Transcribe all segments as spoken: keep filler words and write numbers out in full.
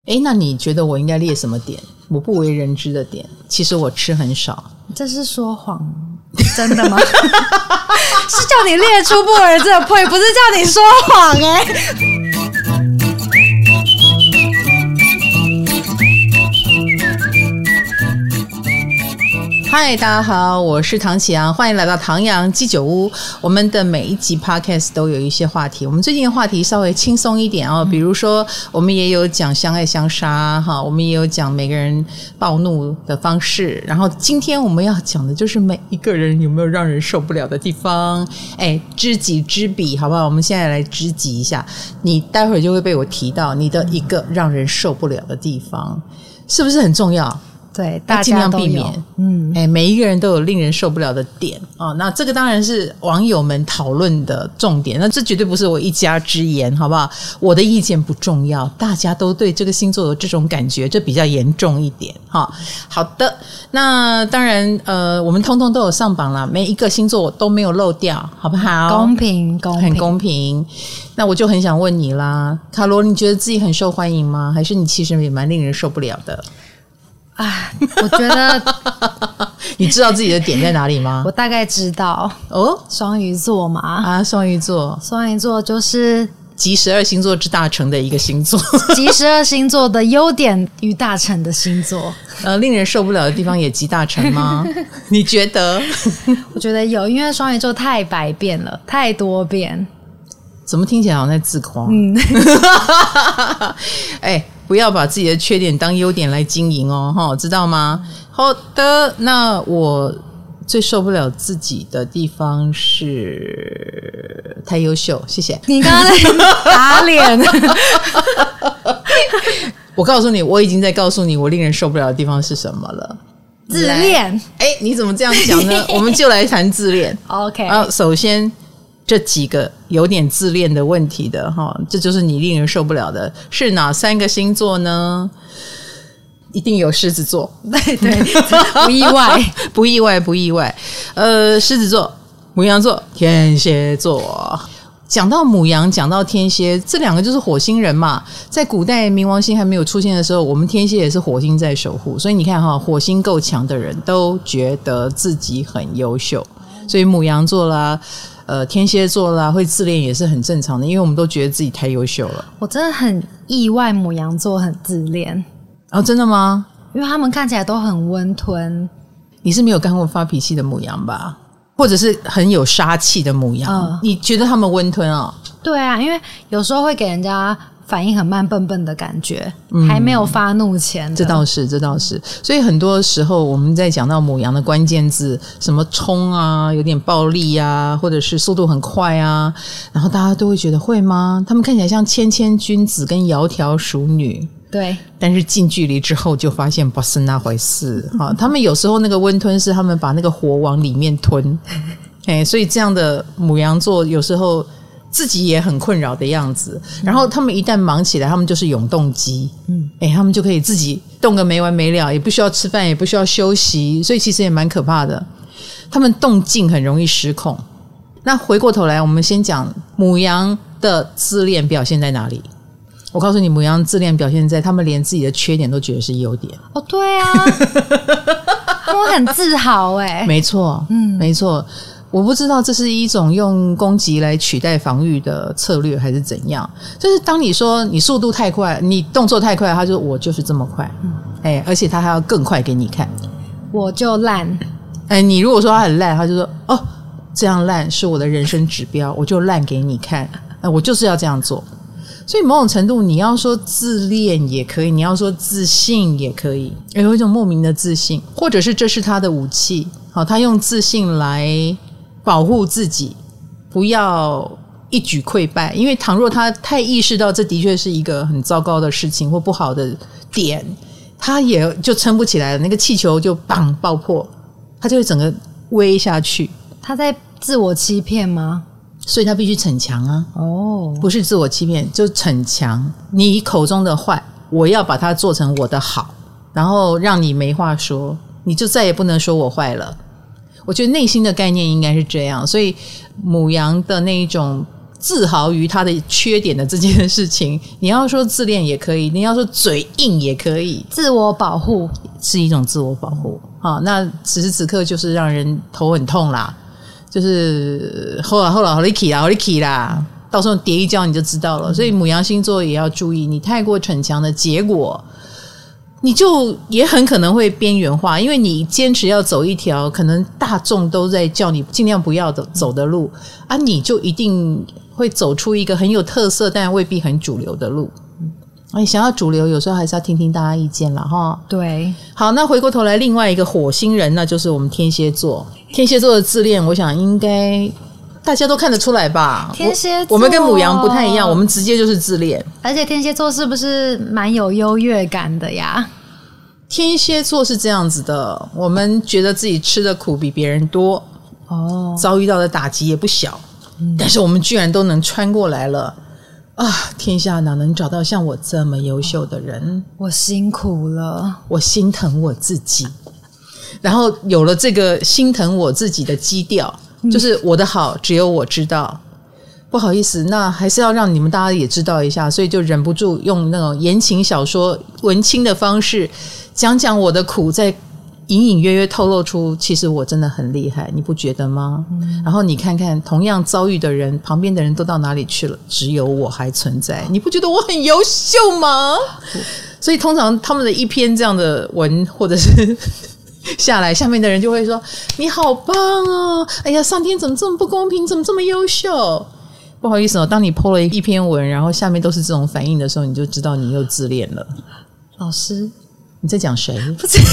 诶，那你觉得我应该列什么点？我不为人知的点。其实我吃很少。 这是说谎真的吗？是叫你列出不为人知的 point， 不是叫你说谎诶、欸嗨，大家好，我是唐启阳，欢迎来到唐阳鸡酒屋。我们的每一集 podcast 都有一些话题，我们最近的话题稍微轻松一点哦，比如说我们也有讲相爱相杀哈，我们也有讲每个人暴怒的方式，然后今天我们要讲的就是每一个人有没有让人受不了的地方。哎，知己知彼，好不好？我们现在来知己一下，你待会儿就会被我提到你的一个让人受不了的地方，是不是很重要？ 对，大家都有， 尽量避免。嗯，哎，每一个人都有令人受不了的点哦。那这个当然是网友们讨论的重点，那这绝对不是我一家之言，好不好？我的意见不重要，大家都对这个星座有这种感觉，这比较严重一点哈、哦。好的，那当然，呃，我们通通都有上榜啦，每一个星座都没有漏掉，好不好？ 公平，公平， 很公平。那我就很想问你啦，卡罗，你觉得自己很受欢迎吗？还是你其实也蛮令人受不了的？ 啊，我觉得你知道自己的点在哪里吗？ 我大概知道哦，双鱼座嘛， 啊，双鱼座， 双鱼座就是集十二星座之大成的一个星座， 集十二星座的优点于大成的星座。 呃，令人受不了的地方也集大成吗？你觉得？ 我觉得有，因为双鱼座太百变了，太多变。 怎么听起来好像在自夸？ 嗯， 哎。不要把自己的缺点当优点来经营哦，齁，知道吗？好的，那我最受不了自己的地方是太优秀，谢谢。 你刚刚在打脸。 我告诉你，我已经在告诉你我令人受不了的地方是什么了。 自恋。 哎，你怎么这样讲呢？我们就来谈自恋。 OK。 啊，首先。这几个有点自恋的问题的哈，这就是你令人受不了的，是哪三个星座呢？一定有狮子座， 对对，不意外， 不意外，不意外。呃，狮子座、牡羊座、天蝎座。讲到牡羊，讲到天蝎，这两个就是火星人嘛。在古代冥王星还没有出现的时候，我们天蝎也是火星在守护，所以你看哈，火星够强的人都觉得自己很优秀，所以牡羊座啦。呃，天蝎座啦，会自恋也是很正常的，因为我们都觉得自己太优秀了。 我真的很意外，牡羊座很自恋。 哦，真的吗？ 因为他们看起来都很温吞。 你是没有看过发脾气的牡羊吧？或者是很有杀气的牡羊？嗯、你觉得他们温吞啊、哦？ 对啊，因为有时候会给人家反应很慢笨笨的感觉、嗯、还没有发怒前。 这倒是这倒是，所以很多时候我们在讲到牡羊的关键字，什么冲啊，有点暴力啊，或者是速度很快啊，然后大家都会觉得会吗？他们看起来像谦谦君子跟窈窕淑女， 对， 但是近距离之后就发现不是那回事、啊、他们有时候那个温吞是他们把那个火往里面吞哎，所以这样的牡羊座有时候自己也很困扰的样子，然后他们一旦忙起来，他们就是永动机，嗯，哎，他们就可以自己动个没完没了，也不需要吃饭，也不需要休息，所以其实也蛮可怕的。他们动静很容易失控。那回过头来，我们先讲牡羊的自恋表现在哪里？我告诉你，牡羊自恋表现在他们连自己的缺点都觉得是优点。 哦，对啊，他们很自豪哎， 没错，嗯，没错。我不知道这是一种用攻击来取代防御的策略还是怎样，就是当你说你速度太快，你动作太快，他就我就是这么快、嗯哎、而且他还要更快给你看， 我就烂、 哎、你如果说他很烂，他就说哦，这样烂是我的人生指标，我就烂给你看、哎、我就是要这样做。所以某种程度你要说自恋也可以，你要说自信也可以，有一种莫名的自信，或者是这是他的武器，好，他用自信来保护自己不要一举溃败，因为倘若他太意识到这的确是一个很糟糕的事情或不好的点，他也就撑不起来了，那个气球就砰爆破，他就会整个微下去。 他在自我欺骗吗？ 所以他必须逞强啊！ 哦， 不是自我欺骗，就逞强。你口中的坏，我要把它做成我的好，然后让你没话说，你就再也不能说我坏了。我觉得内心的概念应该是这样，所以牡羊的那一种自豪于他的缺点的这件事情，你要说自恋也可以，你要说嘴硬也可以， 自我保护是一种自我保护。好，那此时此刻就是让人头很痛啦，就是后来后来好力气啦，好力气啦，到时候跌一跤你就知道了。所以牡羊星座也要注意，你太过逞强的结果，你就也很可能会边缘化，因为你坚持要走一条可能大众都在叫你尽量不要走的路啊，你就一定会走出一个很有特色但未必很主流的路。哎，想要主流有时候还是要听听大家意见啦齁。 对， 好，那回过头来另外一个火星人，那就是我们天蝎座。天蝎座的自恋我想应该大家都看得出来吧。 天蝎座我, 我们跟牡羊不太一样，我们直接就是自恋。 而且天蝎座是不是蛮有优越感的呀？ 天蝎座是这样子的，我们觉得自己吃的苦比别人多， 哦， 遭遇到的打击也不小，嗯，但是我们居然都能穿过来了啊！天下哪能找到像我这么优秀的人？ 我辛苦了， 我心疼我自己。然后有了这个心疼我自己的基调，嗯，就是我的好只有我知道。不好意思，那还是要让你们大家也知道一下，所以就忍不住用那种言情小说文青的方式讲讲我的苦，再隐隐约约透露出其实我真的很厉害，你不觉得吗？嗯，然后你看看同样遭遇的人，旁边的人都到哪里去了，只有我还存在，你不觉得我很优秀吗？所以通常他们的一篇这样的文或者是下来，下面的人就会说你好棒哦，哎呀上天怎么这么不公平，怎么这么优秀。不好意思哦，当你 po 了一篇文，然后下面都是这种反应的时候，你就知道你又自恋了。 老师， 你在讲谁？ 不是，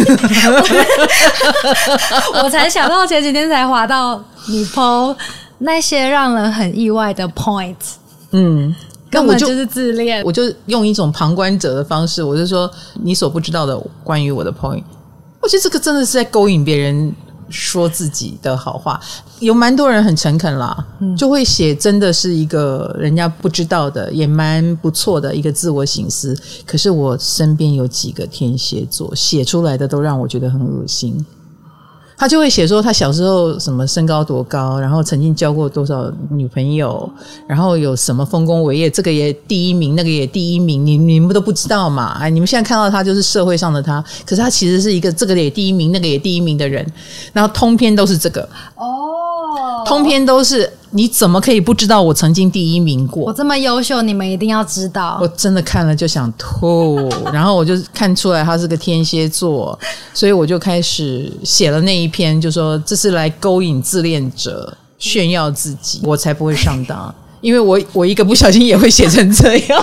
我才想到前几天才滑到你 po 那些让人很意外的 point， 嗯， 根本就是自恋。 我就用一种旁观者的方式，我就说你所不知道的关于我的 point。我觉得这个真的是在勾引别人。说自己的好话，有蛮多人很诚恳啦，嗯，就会写真的是一个人家不知道的，也蛮不错的一个自我省思。可是我身边有几个天蝎座写出来的都让我觉得很恶心。他就会写说他小时候什么身高多高，然后曾经交过多少女朋友，然后有什么丰功伟业，这个也第一名那个也第一名，你你们都不知道嘛？哎，你们现在看到他就是社会上的他，可是他其实是一个这个也第一名那个也第一名的人，然后通篇都是这个哦，通篇都是你怎么可以不知道我曾经第一名过？ 我这么优秀，你们一定要知道。 我真的看了就想吐，然后我就看出来他是个天蝎座，所以我就开始写了那一篇，就说这是来勾引自恋者炫耀自己，我才不会上当，因为我我一个不小心也会写成这样。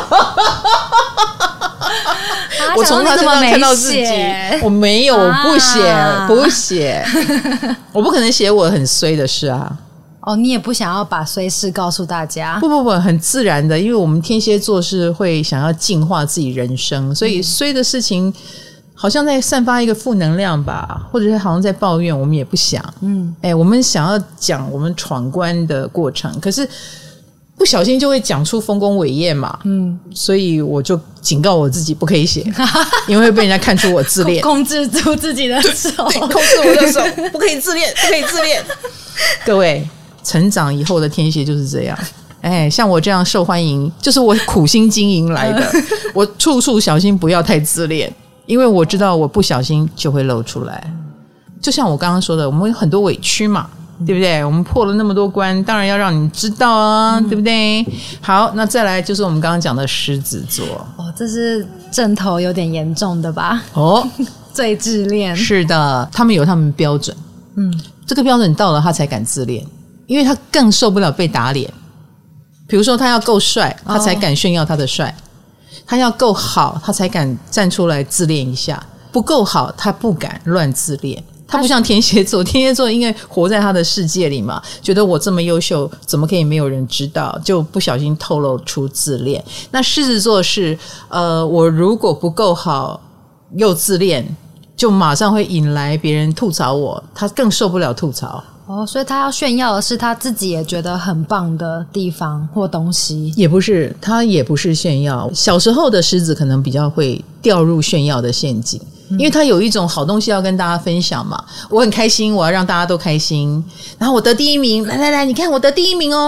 啊、 我从他身上看到自己，我没有，我不写， 啊、 不写，我不可能写我很衰的事啊。 哦，你也不想要把衰事告诉大家？ 不不不，很自然的，因为我们天蝎座是会想要净化自己人生，所以衰的事情好像在散发一个负能量吧，或者是好像在抱怨，我们也不想。嗯，哎，我们想要讲我们闯关的过程，可是不小心就会讲出丰功伟业嘛。嗯，所以我就警告我自己不可以写，因为会被人家看出我自恋， 控制住自己的手， 控制我的手，不可以自恋，不可以自恋。各位。成长以后的天蝎就是这样，哎，像我这样受欢迎，就是我苦心经营来的。我处处小心不要太自恋，因为我知道我不小心就会露出来。就像我刚刚说的，我们有很多委屈嘛，对不对？我们破了那么多关，当然要让你知道啊，对不对？好，那再来就是我们刚刚讲的狮子座。 哦，这是阵头有点严重的吧？ 哦， 最自恋。 是的，他们有他们标准，嗯，这个标准到了他才敢自恋。因为他更受不了被打脸，比如说他要够帅，他才敢炫耀他的帅；他要够好，他才敢站出来自恋一下；不够好，他不敢乱自恋。他不像天蝎座，天蝎座因为活在他的世界里嘛，觉得我这么优秀，怎么可以没有人知道？就不小心透露出自恋。那狮子座是，呃，我如果不够好又自恋，就马上会引来别人吐槽我，他更受不了吐槽。 哦，所以他要炫耀的是他自己也觉得很棒的地方或东西。 也不是，他也不是炫耀。小时候的狮子可能比较会掉入炫耀的陷阱，因为他有一种好东西要跟大家分享嘛。我很开心，我要让大家都开心，然后我得第一名，来来来，你看我得第一名哦。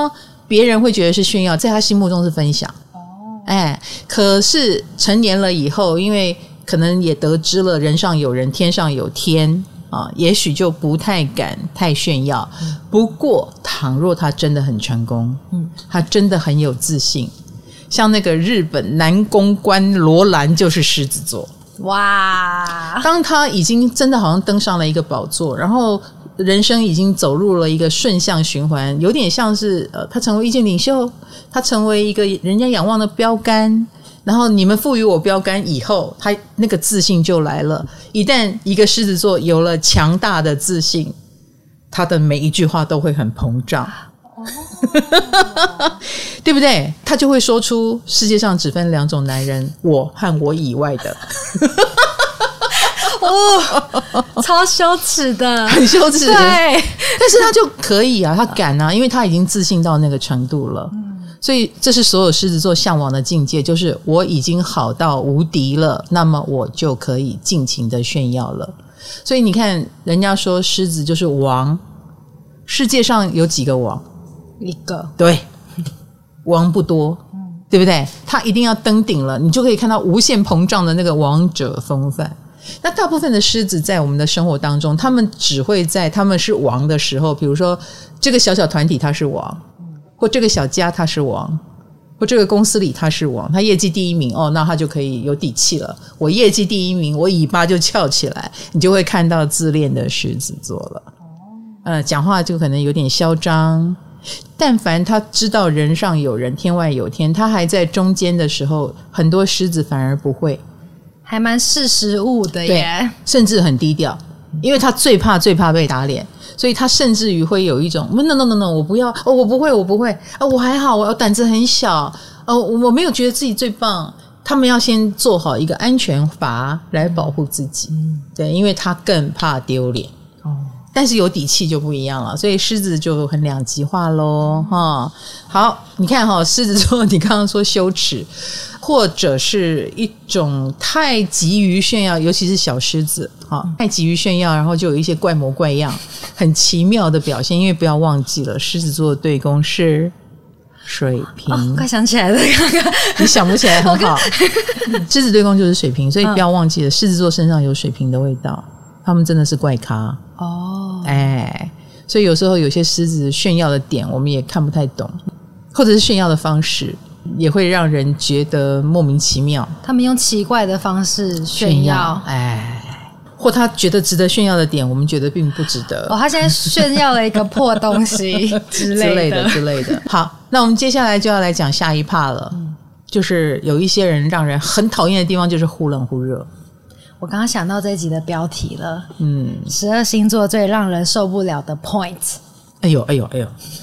别人会觉得是炫耀，在他心目中是分享。哦，哎，可是成年了以后，因为可能也得知了人上有人，天上有天啊，也许就不太敢太炫耀。嗯、不过，倘若他真的很成功，嗯，他真的很有自信，像那个日本男公关罗兰就是狮子座。 哇！ 当他已经真的好像登上了一个宝座，然后人生已经走入了一个顺向循环，有点像是呃，他成为意见领袖，他成为一个人家仰望的标杆，然后你们赋予我标杆以后，他那个自信就来了。一旦一个狮子座有了强大的自信，他的每一句话都会很膨胀。对不对？他就会说出世界上只分两种男人，我和我以外的。 哦，超羞耻的， 很羞耻。 对， 但是他就可以啊，他敢啊，因为他已经自信到那个程度了。嗯，所以这是所有狮子座向往的境界，就是我已经好到无敌了，那么我就可以尽情的炫耀了。所以你看，人家说狮子就是王，世界上有几个王？ 一个。 对，王不多，对不对？他一定要登顶了，你就可以看到无限膨胀的那个王者风范。那大部分的狮子在我们的生活当中，他们只会在他们是王的时候，比如说这个小小团体他是王，或这个小家他是王，或这个公司里他是王，他业绩第一名，哦，那他就可以有底气了。我业绩第一名，我尾巴就翘起来，你就会看到自恋的狮子座了。呃，讲话就可能有点嚣张。但凡他知道人上有人，天外有天，他还在中间的时候，很多狮子反而不会， 还蛮识时务的耶， 甚至很低调，因为他最怕最怕被打脸，所以他甚至于会有一种 no no no no 我不要，哦，我不会我不会，哦，我还好，我胆子很小，哦，我没有觉得自己最棒。他们要先做好一个安全阀来保护自己，嗯，对，因为他更怕丢脸。哦，但是有底气就不一样了，所以狮子就很两极化咯。哈，好，你看哈，狮子座你刚刚说羞耻，或者是一种太急于炫耀，尤其是小狮子，哈，太急于炫耀，然后就有一些怪模怪样很奇妙的表现。因为不要忘记了，狮子座的对宫是水瓶。 哦，快想起来了，刚刚你想不起来很好。狮子对宫就是水瓶，所以不要忘记了，狮子座身上有水瓶的味道，他们真的是怪咖哦。哎，所以有时候有些狮子炫耀的点我们也看不太懂，或者是炫耀的方式也会让人觉得莫名其妙。他们用奇怪的方式炫耀， 哎，或他觉得值得炫耀的点我们觉得并不值得。 哦，他现在炫耀了一个破东西之类的之类的之类的。好，那我们接下来就要来讲下一 part 了，嗯，就是有一些人让人很讨厌的地方就是忽冷忽热。 我刚刚想到这一集的标题了，嗯，十二星座最让人受不了的 point。 哎呦哎呦哎呦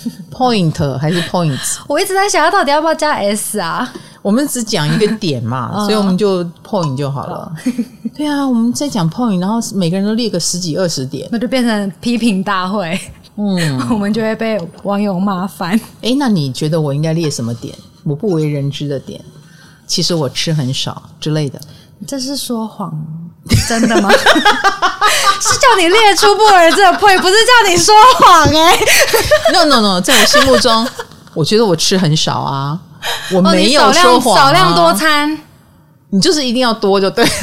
，point 还是 points？ 我一直在想，他到底要不要加 s 啊？ 我们只讲一个点嘛，所以我们就 point 就好了。对啊，我们在讲 point， 然后每个人都列个十几二十点， 那就变成批评大会。嗯，我们就会被网友骂翻。 哎，那你觉得我应该列什么点？我不为人知的点，其实我吃很少之类的。 这是说谎，真的吗？是叫你列出布尔这个 point， 不是叫你说谎哎、欸。 No no no， 在我心目中，我觉得我吃很少啊，我没有说谎、啊哦、 少量多餐， 你就是一定要多就对了。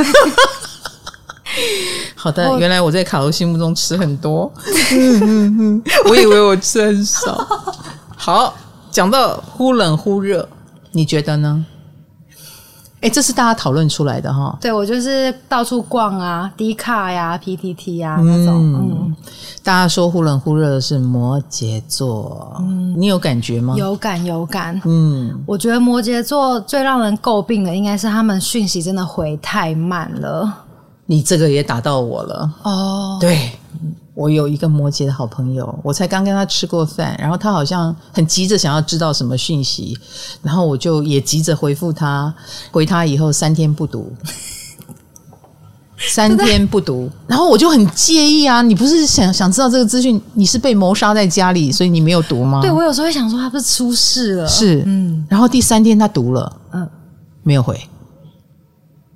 好的，原来我在卡罗心目中吃很多，嗯嗯嗯，我以为我吃很少。好，讲到忽冷忽热，你觉得呢？哎，这是大家讨论出来的哈。 对，我就是到处逛啊 ，D 卡呀 ，P T T 呀那种。嗯， 大家说忽冷忽热的是摩羯座，嗯，你有感觉吗？ 有感有感。嗯，我觉得摩羯座最让人诟病的应该是他们讯息真的回太慢了。 你这个也打到我了哦。对，我有一个摩羯的好朋友，我才刚跟他吃过饭，然后他好像很急着想要知道什么讯息，然后我就也急着回复他，回他以后三天不读，三天不读，然后我就很介意啊！你不是想想知道这个资讯，你是被谋杀在家里，所以你没有读吗？ 对，我有时候会想说他不是出事了， 是，嗯，然后第三天他读了，嗯，没有回。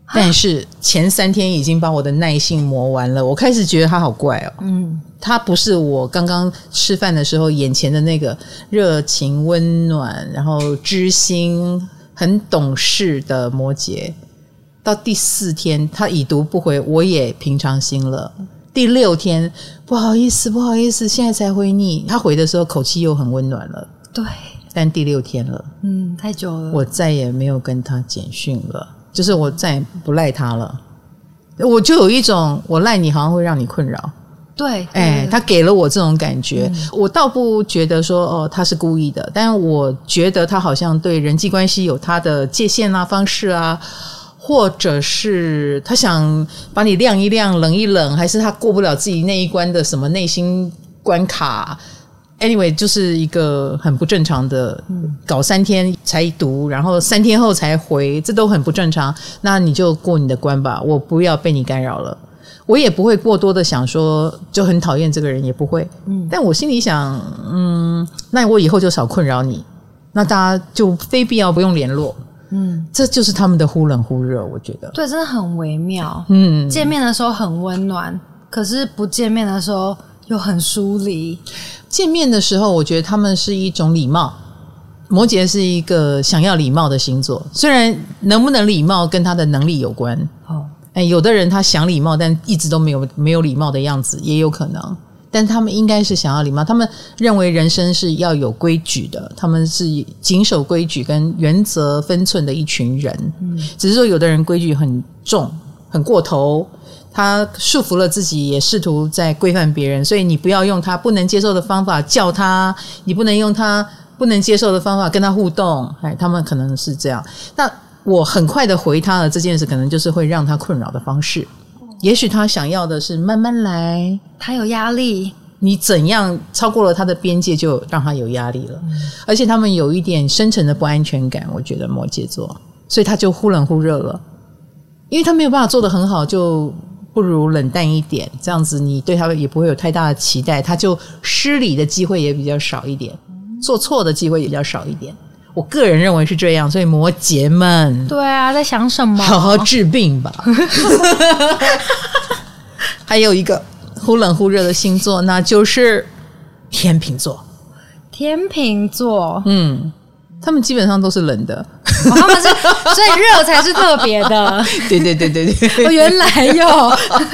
但是前三天已经把我的耐性磨完了，我开始觉得他好怪哦。 嗯， 他不是我刚刚吃饭的时候眼前的那个热情温暖，然后知心很懂事的摩羯。到第四天他已读不回，我也平常心了。第六天不好意思不好意思现在才回你，他回的时候口气又很温暖了。 对， 但第六天了， 嗯，太久了， 我再也没有跟他简讯了，就是我再也不赖他了。我就有一种我赖你好像会让你困扰。 对， 哎、欸，他给了我这种感觉、 嗯、 我倒不觉得说哦他是故意的，但我觉得他好像对人际关系有他的界限啊方式啊，或者是他想把你晾一晾冷一冷，还是他过不了自己那一关的什么内心关卡。anyway 就是一个很不正常的，搞三天才读，然后三天后才回，这都很不正常。那你就过你的关吧，我不要被你干扰了。我也不会过多的想说就很讨厌这个人，也不会。嗯，但我心里想，嗯，那我以后就少困扰你，那大家就非必要不用联络。嗯，这就是他们的忽冷忽热，我觉得。 对，真的很微妙。 嗯， 见面的时候很温暖，可是不见面的时候又很疏离。 见面的时候，我觉得他们是一种礼貌。摩羯是一个想要礼貌的星座，虽然能不能礼貌跟他的能力有关。哦。哎，有的人他想礼貌，但一直都没有没有礼貌的样子，也有可能。但他们应该是想要礼貌，他们认为人生是要有规矩的，他们是谨守规矩跟原则分寸的一群人。嗯，只是说有的人规矩很重，很过头，他束缚了自己，也试图在规范别人。所以你不要用他不能接受的方法叫他，你不能用他不能接受的方法跟他互动。哎，他们可能是这样。那我很快的回他的这件事，可能就是会让他困扰的方式。也许他想要的是慢慢来， 他有压力， 你怎样超过了他的边界，就让他有压力了。嗯、而且他们有一点深层的不安全感，我觉得摩羯座，所以他就忽冷忽热了。因为他没有办法做得很好，就不如冷淡一点，这样子你对他也不会有太大的期待，他就失礼的机会也比较少一点，做错的机会也比较少一点。我个人认为是这样，所以摩羯们， 对啊，在想什么？ 好好治病吧。还有一个忽冷忽热的星座，那就是天秤座。 天秤座， 嗯，他们基本上都是冷的， 哦、他们是，所以热才是特别的。 对对对对对， 哦，原来哟。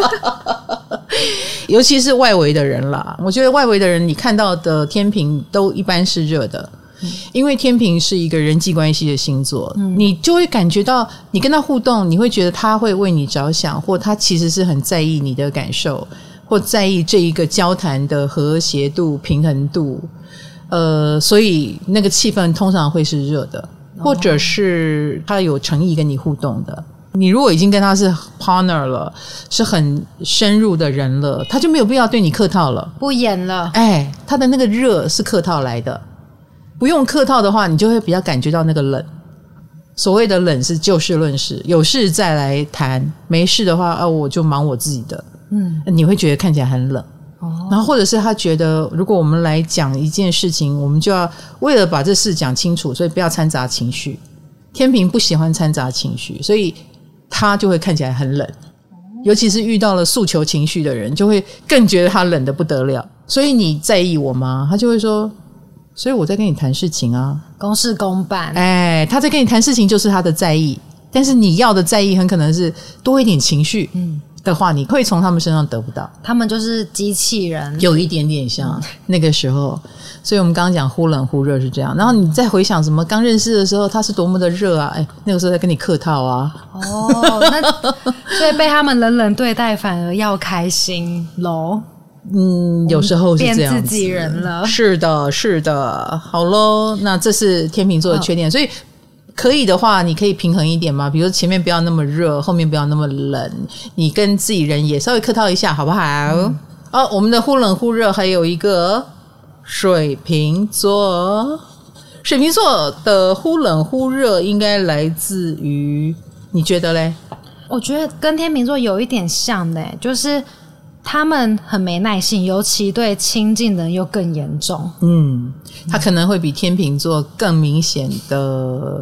尤其是外围的人啦，我觉得外围的人，你看到的天秤都一般是热的。因为天秤是一个人际关系的星座、嗯、你就会感觉到你跟他互动，你会觉得他会为你着想，或他其实是很在意你的感受，或在意这一个交谈的和谐度平衡度，呃，所以那个气氛通常会是热的，或者是他有诚意跟你互动的。你如果已经跟他是 partner 了，是很深入的人了，他就没有必要对你客套了， 不演了。 哎，他的那个热是客套来的，不用客套的话，你就会比较感觉到那个冷。所谓的冷是就事论事，有事再来谈，没事的话，啊，我就忙我自己的。嗯，你会觉得看起来很冷。哦，然后或者是他觉得，如果我们来讲一件事情，我们就要为了把这事讲清楚，所以不要掺杂情绪。天秤不喜欢掺杂情绪，所以他就会看起来很冷。尤其是遇到了诉求情绪的人，就会更觉得他冷得不得了。所以你在意我吗？他就会说，所以我在跟你谈事情啊， 公事公办。 哎，他在跟你谈事情就是他的在意，但是你要的在意很可能是多一点情绪的话，你会从他们身上得不到。 他们就是机器人， 有一点点像、嗯、那个时候。所以我们刚刚讲忽冷忽热是这样，然后你再回想什么刚认识的时候他是多么的热啊，哎，那个时候在跟你客套啊。 哦，那所以被他们冷冷对待反而要开心咯。 嗯，有时候是这样子， 变自己人了。 是的，是的。好咯，那这是天秤座的缺点，哦、所以可以的话，你可以平衡一点嘛，比如前面不要那么热，后面不要那么冷，你跟自己人也稍微客套一下，好不好？嗯、哦，我们的忽冷忽热还有一个水瓶座，水瓶座的忽冷忽热应该来自于，你觉得嘞？ 我觉得跟天秤座有一点像的，就是他们很没耐性，尤其对亲近的人又更严重。 嗯，他可能会比天秤座更明显的有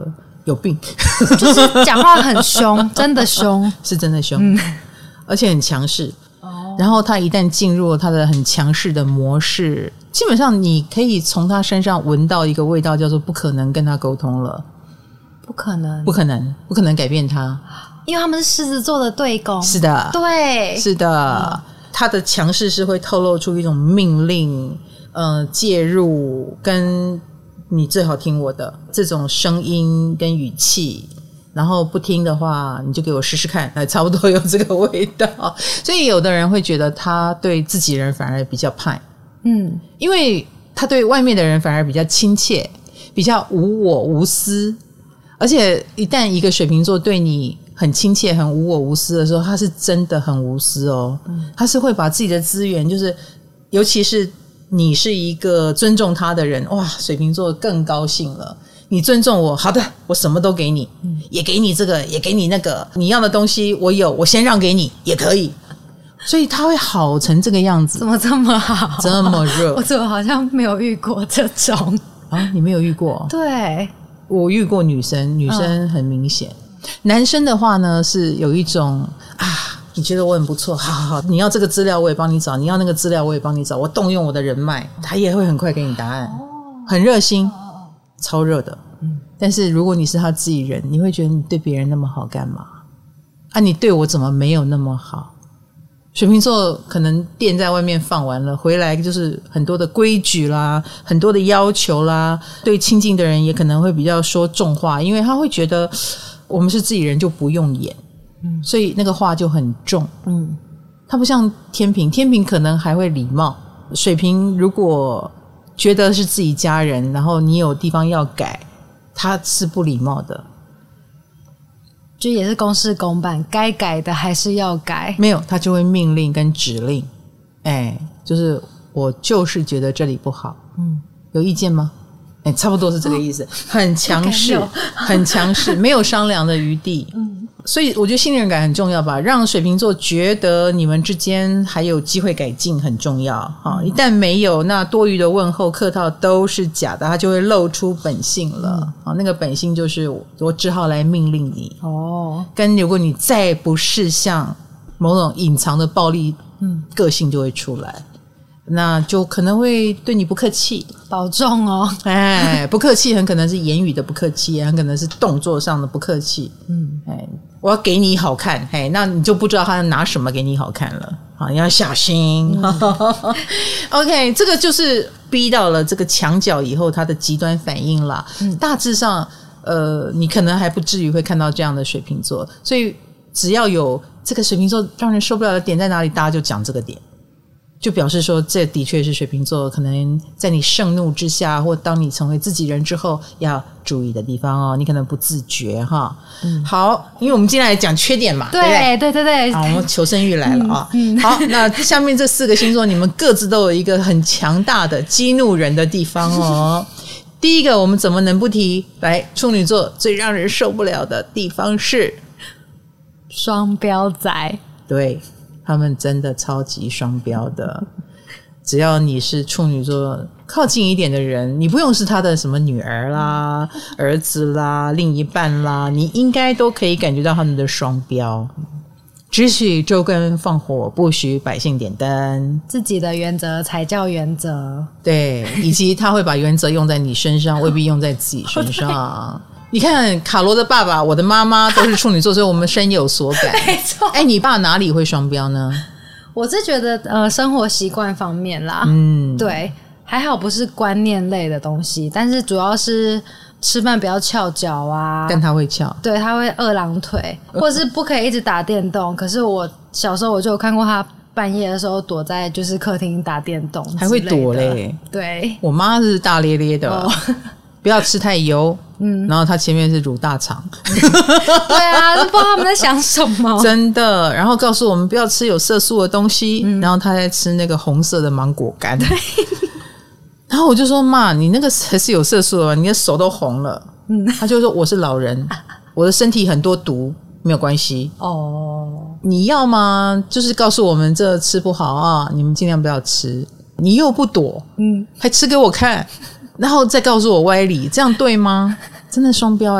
有病， 就是讲话很凶，真的凶， 是真的凶，嗯、而且很强势。哦、然后他一旦进入他的很强势的模式，基本上你可以从他身上闻到一个味道，叫做不可能跟他沟通了， 不可能， 不可能，不可能改变他， 因为他们是狮子座的对宫。 是的， 对， 是的，嗯、他的强势是会透露出一种命令、呃介入跟。你最好听我的这种声音跟语气，然后不听的话你就给我试试看，差不多有这个味道。所以有的人会觉得他对自己人反而比较派，嗯，因为他对外面的人反而比较亲切，比较无我无私，而且一旦一个水瓶座对你很亲切很无我无私的时候，他是真的很无私哦，他是会把自己的资源，就是尤其是你是一个尊重他的人，哇，水瓶座更高兴了。你尊重我，好的，我什么都给你，嗯、也给你这个，也给你那个，你要的东西我有，我先让给你也可以。所以他会好成这个样子， 怎么这么好， 这么热？ 我怎么好像没有遇过这种啊？你没有遇过？ 对， 我遇过女生，女生很明显。嗯、男生的话呢，是有一种啊。你觉得我很不错，好好好，你要这个资料我也帮你找，你要那个资料我也帮你找，我动用我的人脉，他也会很快给你答案，很热心，超热的。但是如果你是他自己人，你会觉得你对别人那么好干嘛？啊，你对我怎么没有那么好？水瓶座可能店在外面放完了，回来就是很多的规矩啦，很多的要求啦，对亲近的人也可能会比较说重话，因为他会觉得我们是自己人就不用演。嗯、所以那个话就很重，嗯，他不像天秤，天秤可能还会礼貌，水瓶如果觉得是自己家人，然后你有地方要改，他是不礼貌的， 就也是公事公办，该改的还是要改， 没有他就会命令跟指令，哎，就是我就是觉得这里不好，嗯，有意见吗？哎，差不多是这个意思，哦、很强势，很强势，没有商量的余地，嗯。所以我觉得信任感很重要吧，让水瓶座觉得你们之间还有机会改进很重要、嗯、一旦没有，那多余的问候客套都是假的，他就会露出本性了、嗯、那个本性就是我只好来命令你哦，跟如果你再不识相，某种隐藏的暴力、嗯、个性就会出来，那就可能会对你不客气， 保重哦。 哎，不客气很可能是言语的不客气，很可能是动作上的不客气。嗯，哎，我要给你好看，哎，那你就不知道他拿什么给你好看了。好，你要小心。嗯、OK， 这个就是逼到了这个墙角以后，他的极端反应啦。嗯、大致上，呃，你可能还不至于会看到这样的水瓶座，所以只要有这个水瓶座让人受不了的点在哪里，大家就讲这个点。就表示说这的确是水瓶座可能在你盛怒之下，或当你成为自己人之后要注意的地方哦，你可能不自觉哈、嗯、好，因为我们今天来讲缺点嘛， 对对对对， 好，我们求生欲来了啊、嗯嗯、好，那下面这四个星座你们各自都有一个很强大的激怒人的地方哦第一个我们怎么能不提，来，处女座最让人受不了的地方是双标仔， 对，他们真的超级双标的，只要你是处女座靠近一点的人，你不用是他的什么女儿啦、儿子啦、另一半啦，你应该都可以感觉到他们的双标。只许州官放火，不许百姓点灯， 自己的原则才叫原则。 对，以及他会把原则用在你身上，未必用在自己身上。你看卡罗的爸爸，我的妈妈都是处女座，所以我们深有所感。 没错。 哎，你爸哪里会双标呢？ 我是觉得呃，生活习惯方面啦，嗯，对，还好不是观念类的东西，但是主要是吃饭不要翘脚啊。 但他会翘， 对，他会二郎腿，或者是不可以一直打电动。可是我小时候我就有看过他半夜的时候躲在就是客厅打电动， 还会躲嘞。 对， 我妈是大咧咧的。哦不要吃太油，嗯，然后他前面是乳大肠， 对啊，不知道他们在想什么， 真的。然后告诉我们不要吃有色素的东西，嗯、然后他在吃那个红色的芒果干，然后我就说妈，你那个才是有色素的吧？你的手都红了，嗯，他就说我是老人，我的身体很多毒，没有关系哦。你要吗？就是告诉我们这吃不好啊，你们尽量不要吃。你又不躲，嗯，还吃给我看。然后再告诉我歪理，这样对吗？真的双标哎、欸！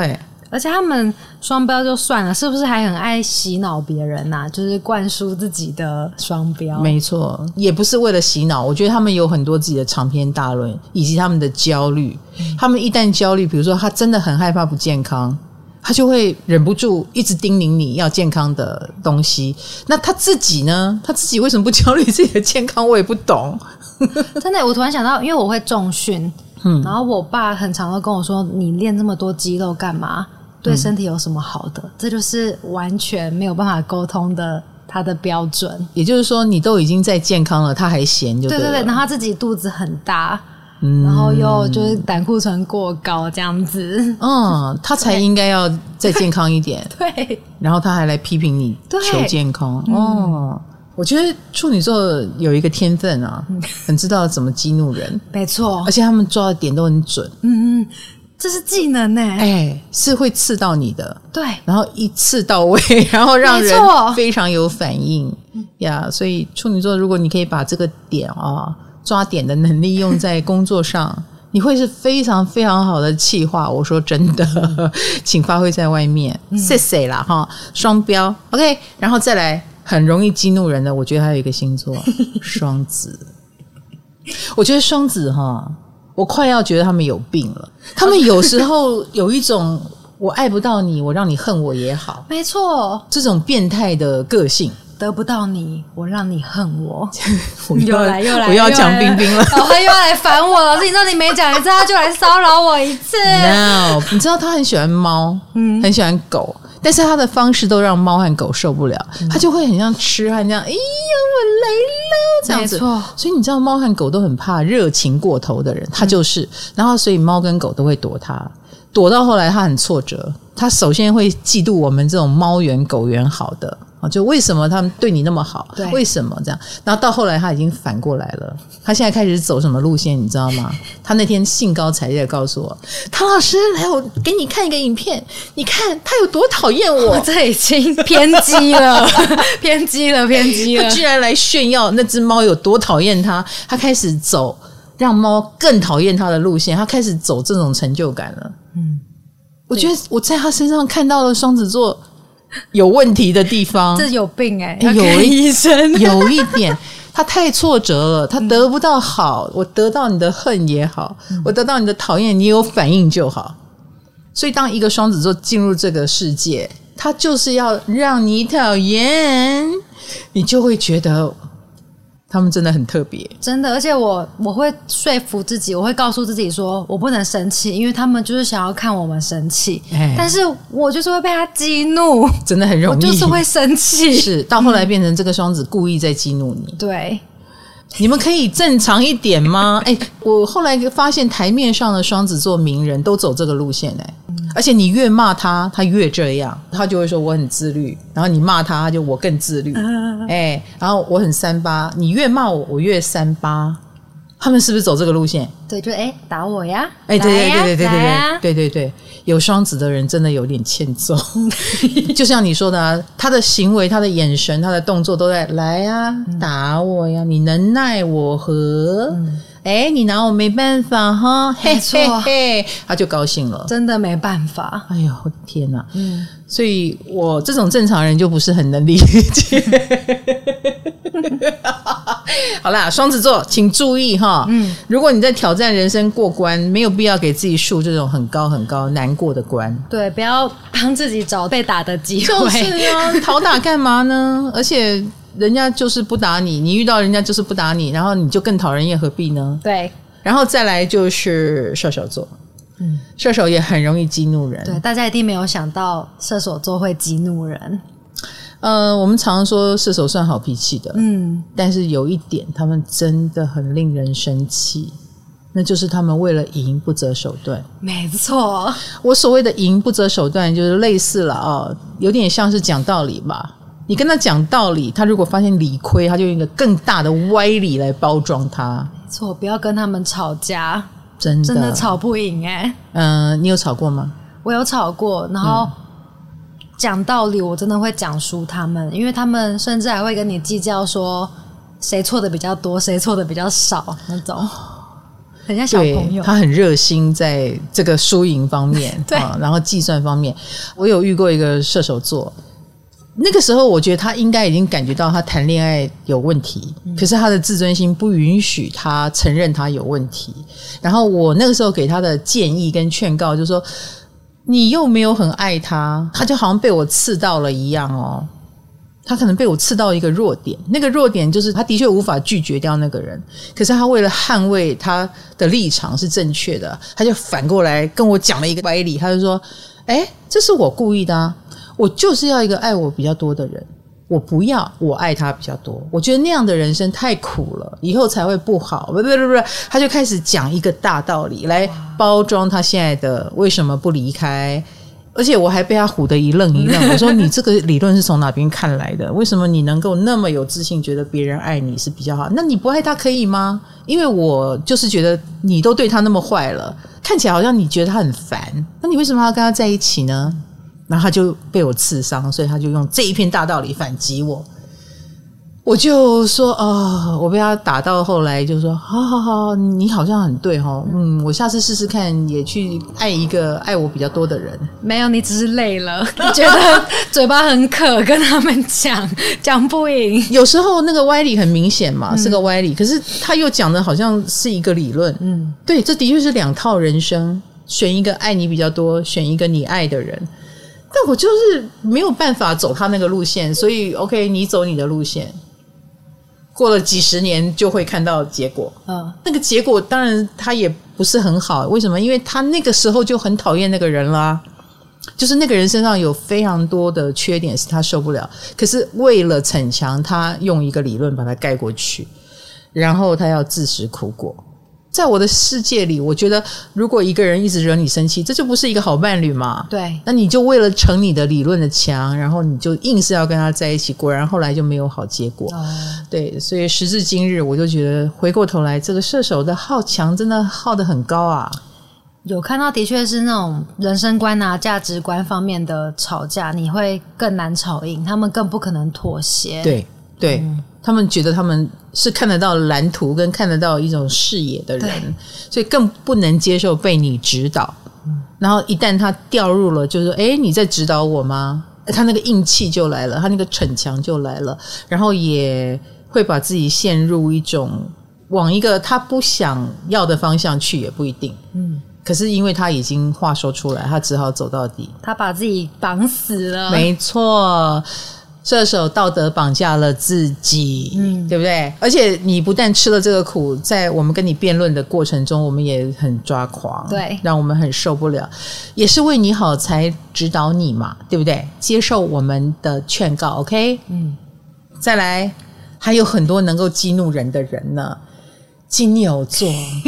而且他们双标就算了，是不是还很爱洗脑别人啊？就是灌输自己的双标。 没错，也不是为了洗脑，我觉得他们有很多自己的长篇大论，以及他们的焦虑。嗯、他们一旦焦虑，比如说他真的很害怕不健康，他就会忍不住一直叮咛你要健康的东西。那他自己呢？他自己为什么不焦虑自己的健康？我也不懂。 真的，我突然想到，因为我会重训，嗯，然后我爸很常都跟我说：“你练这么多肌肉干嘛？对身体有什么好的？”嗯、这就是完全没有办法沟通的他的标准。 也就是说，你都已经在健康了，他还嫌就对了。 对对对，然后他自己肚子很大。嗯、然后又就是胆固醇过高这样子， 嗯，他才应该要再健康一点。 对， 然后他还来批评你求健康。哦、嗯，我觉得处女座有一个天分啊，嗯、很知道怎么激怒人。 没错， 而且他们抓的点都很准。 嗯嗯，这是技能呢、欸。 哎、欸，是会刺到你的。 对， 然后一刺到位，然后让人非常有反应呀。所以处女座，如果你可以把这个点啊。抓点的能力用在工作上，你会是非常非常好的企划。我说真的，请发挥在外面。谢谢啦哈，双标 OK， 然后再来很容易激怒人的，我觉得还有一个星座双子。我觉得双子哈，我快要觉得他们有病了。他们有时候有一种我爱不到你，我让你恨我也好， 没错， 这种变态的个性。 得不到你，我让你恨我。 我又来又来， 我要讲冰冰了。 老黑又要来烦我了。老师，你知道你没讲一次，他就来骚扰我一次。 No， 你知道他很喜欢猫，嗯，很喜欢狗，但是他的方式都让猫和狗受不了，嗯、他就会很像痴汉这样，哎呀，我来了这样子。 没错， 所以你知道猫和狗都很怕热情过头的人，他就是，嗯、然后所以猫跟狗都会躲他。躲到后来他很挫折，他首先会嫉妒我们这种猫缘狗缘好的，就为什么他们对你那么好，为什么这样，然后到后来他已经反过来了，他现在开始走什么路线你知道吗？他那天兴高采烈地告诉我，唐老师来我给你看一个影片，你看他有多讨厌我， 哦、这已经偏激了偏激了偏激了， 他居然来炫耀那只猫有多讨厌他，他开始走让猫更讨厌他的路线，他开始走这种成就感了。嗯，我觉得我在他身上看到了双子座有问题的地方， 这有病哎、 欸！ 有医生有一点，他太挫折了，他得不到好，嗯、我得到你的恨也好，嗯、我得到你的讨厌，你有反应就好。所以，当一个双子座进入这个世界，他就是要让你讨厌，你就会觉得。他们真的很特别， 真的，而且我我会说服自己，我会告诉自己说，我不能生气，因为他们就是想要看我们生气，欸、但是我就是会被他激怒， 真的很容易， 我就是会生气。 是到后来变成这个双子故意在激怒你， 嗯、对。 你们可以正常一点吗？哎、欸，我后来发现台面上的双子座名人都走这个路线哎、欸嗯，而且你越骂他，他越这样，他就会说我很自律，然后你骂他，他就我更自律，哎、啊欸，然后我很三八，你越骂我，我越三八，他们是不是走这个路线？ 对，就哎、欸、打我呀， 哎、欸，对对对对对对对对对对，有双子的人真的有点欠揍，就像你说的、啊，他的行为、他的眼神、他的动作都在来呀、啊，打我呀，你能奈我何？哎、嗯，你拿我没办法哈，嘿嘿嘿，他就高兴了， 真的没办法。 哎呦，我的天哪！嗯，所以我这种正常人就不是很能理解。好啦，双子座请注意哈，嗯，如果你在挑战人生过关，没有必要给自己树这种很高很高难过的关， 对，不要帮自己找被打的机会， 就是啊，讨打干嘛呢？而且人家就是不打你，你遇到人家就是不打你，然后你就更讨人厌，何必呢？ 对， 然后再来就是射手座，嗯，射手也很容易激怒人， 对，大家一定没有想到射手座会激怒人。 呃，我们常说射手算好脾气的，嗯，但是有一点他们真的很令人生气，那就是他们为了赢不择手段。 没错， 我所谓的赢不择手段就是类似了啊，有点像是讲道理吧。你跟他讲道理，他如果发现理亏，他就用一个更大的歪理来包装他。 没错，不要跟他们吵架， 真的真的吵不赢哎、欸。 嗯、呃，你有吵过吗？ 我有吵过，然后。嗯讲道理我真的会讲输他们，因为他们甚至还会跟你计较说谁错的比较多谁错的比较少那种。 很像小朋友， 他很热心在这个输赢方面对、 啊，然后计算方面。我有遇过一个射手座，那个时候我觉得他应该已经感觉到他谈恋爱有问题、嗯、可是他的自尊心不允许他承认他有问题。然后我那个时候给他的建议跟劝告就是说，你又没有很爱他，他就好像被我刺到了一样哦。他可能被我刺到一个弱点，那个弱点就是他的确无法拒绝掉那个人，可是他为了捍卫他的立场是正确的，他就反过来跟我讲了一个歪理。他就说，诶，这是我故意的啊，我就是要一个爱我比较多的人，我不要我爱他比较多，我觉得那样的人生太苦了，以后才会不好，不不不不，他就开始讲一个大道理来包装他现在的为什么不离开。而且我还被他唬得一愣一愣，我说你这个理论是从哪边看来的？为什么你能够那么有自信觉得别人爱你是比较好？那你不爱他可以吗？因为我就是觉得你都对他那么坏了，看起来好像你觉得他很烦，那你为什么要跟他在一起呢？然后他就被我刺伤，所以他就用这一片大道理反击我。我就说哦，我被他打到后来就说好好好，你好像很对齁，嗯，我下次试试看，也去爱一个爱我比较多的人。 没有，你只是累了，你觉得嘴巴很渴，跟他们讲讲不赢。 有时候那个歪理很明显嘛，是个歪理，可是他又讲的好像是一个理论。嗯，对，这的确是两套人生，选一个爱你比较多，选一个你爱的人。但我就是没有办法走他那个路线，所以 OK， 你走你的路线。过了几十年就会看到结果，嗯，那个结果当然他也不是很好，为什么？因为他那个时候就很讨厌那个人啦，就是那个人身上有非常多的缺点是他受不了，可是为了逞强，他用一个理论把它盖过去，然后他要自食苦果。在我的世界里，我觉得如果一个人一直惹你生气，这就不是一个好伴侣嘛。 对， 那你就为了逞你的理论的强，然后你就硬是要跟他在一起，果然后来就没有好结果。哦、对，所以时至今日，我就觉得回过头来，这个射手的好强真的好得很高啊。 有看到的确是那种人生观啊、价值观方面的吵架，你会更难吵赢，他们更不可能妥协。 对对。嗯，他们觉得他们是看得到蓝图跟看得到一种视野的人，所以更不能接受被你指导。然后一旦他掉入了就是说诶你在指导我吗，他那个硬气就来了，他那个逞强就来了，然后也会把自己陷入一种往一个他不想要的方向去，也不一定。嗯，可是因为他已经话说出来，他只好走到底， 他把自己绑死了。 没错，射手道德绑架了自己，嗯，对不对？而且你不但吃了这个苦，在我们跟你辩论的过程中，我们也很抓狂， 对， 让我们很受不了，也是为你好才指导你嘛，对不对？接受我们的劝告 ，OK？ 嗯，再来，还有很多能够激怒人的人呢，金牛座，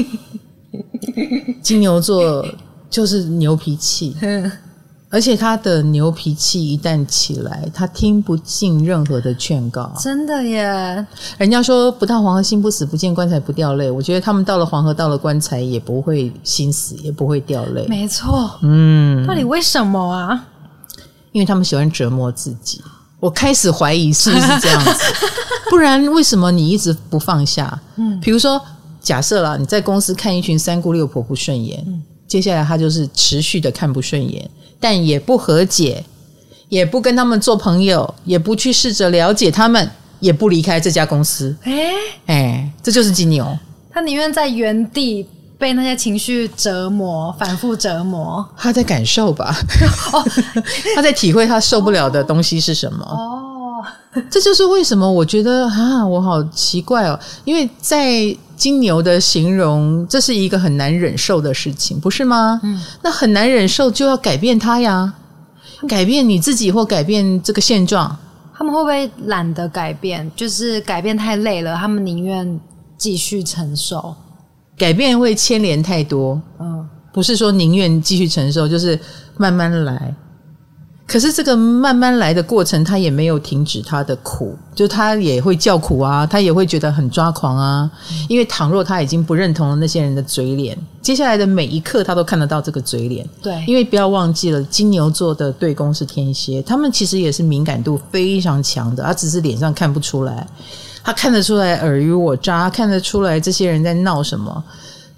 金牛座就是牛脾气。而且他的牛脾气一旦起来，他听不进任何的劝告。 真的耶， 人家说不到黄河心不死，不见棺材不掉泪。我觉得他们到了黄河，到了棺材也不会心死，也不会掉泪。 没错，嗯，到底为什么啊？ 因为他们喜欢折磨自己。我开始怀疑是不是这样子，不然为什么你一直不放下？嗯，比如说假设啦，你在公司看一群三姑六婆不顺眼，嗯，接下来他就是持续的看不顺眼，但也不和解，也不跟他们做朋友，也不去试着了解他们，也不离开这家公司。哎哎，这就是金牛， 他宁愿在原地被那些情绪折磨，反复折磨。 他在感受吧，哦、他在体会他受不了的东西是什么。哦，这就是为什么我觉得啊，我好奇怪哦，因为在金牛的形容，这是一个很难忍受的事情，不是吗？嗯，那很难忍受就要改变它呀，改变你自己或改变这个现状。 他们会不会懒得改变？就是改变太累了，他们宁愿继续承受。 改变会牵连太多，嗯，不是说宁愿继续承受，就是慢慢来。可是这个慢慢来的过程，他也没有停止他的苦，就他也会叫苦啊，他也会觉得很抓狂啊。因为倘若他已经不认同了那些人的嘴脸，接下来的每一刻他都看得到这个嘴脸。 对， 因为不要忘记了，金牛座的对宫是天蝎，他们其实也是敏感度非常强的，他只是脸上看不出来，他看得出来尔虞我诈，他看得出来这些人在闹什么。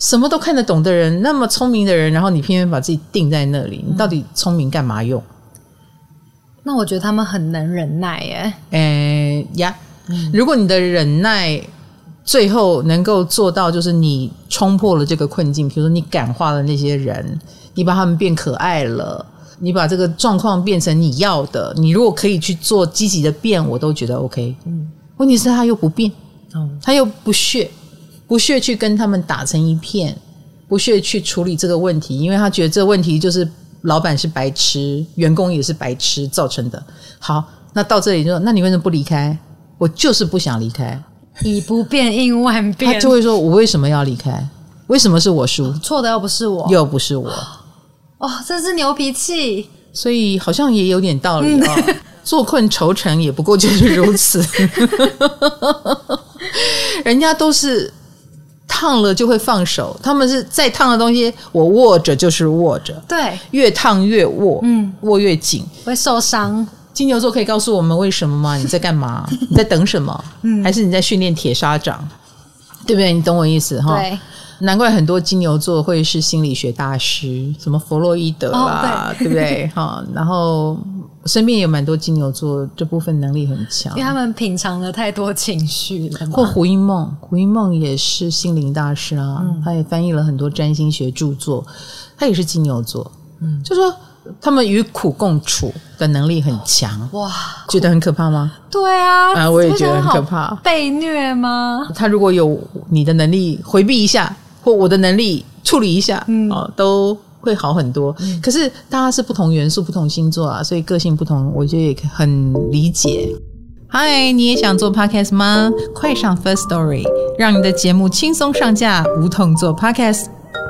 什么都看得懂的人，那么聪明的人，然后你偏偏把自己定在那里，你到底聪明干嘛用？ 那我觉得他们很能忍耐耶。 诶呀，如果你的忍耐最后能够做到，就是你冲破了这个困境，比如说你感化了那些人，你把他们变可爱了，你把这个状况变成你要的，你如果可以去做积极的变，我都觉得 OK。嗯，问题是他又不变，嗯，他又不屑。不屑去跟他们打成一片，不屑去处理这个问题，因为他觉得这个问题就是老板是白痴，员工也是白痴造成的。好，那到这里就说，那你为什么不离开？我就是不想离开。 以不变应万变， 他就会说，我为什么要离开？为什么是我输？ 错的又不是我， 又不是我。 哦，真是牛脾气。 所以好像也有点道理哦。嗯，坐困愁城也不过就是如此。人家都是烫了就会放手，他们是再烫的东西，我握着就是握着， 对， 越烫越握，嗯，握越紧会受伤。 金牛座可以告诉我们为什么吗？你在干嘛？你在等什么？嗯，还是你在训练铁砂掌？对不对？你懂我意思哈？ 对。 难怪很多金牛座会是心理学大师，什么弗洛伊德啦，哦， 对, 对不对？哈，然后身边有蛮多金牛座这部分能力很强， 因为他们品尝了太多情绪了。 或胡因梦，胡因梦也是心灵大师啊，嗯，他也翻译了很多占星学著作，他也是金牛座，嗯，就说他们与苦共处的能力很强。哇，觉得很可怕吗？ 对啊， 啊，我也觉得很可怕。 被虐吗？ 他如果有你的能力回避一下，或我的能力处理一下，嗯，哦，都会好很多。嗯，可是大家是不同元素、不同星座啊，所以个性不同，我觉得也很理解。嗨，你也想做 podcast 吗？快上 First Story， 让你的节目轻松上架，无痛做 podcast。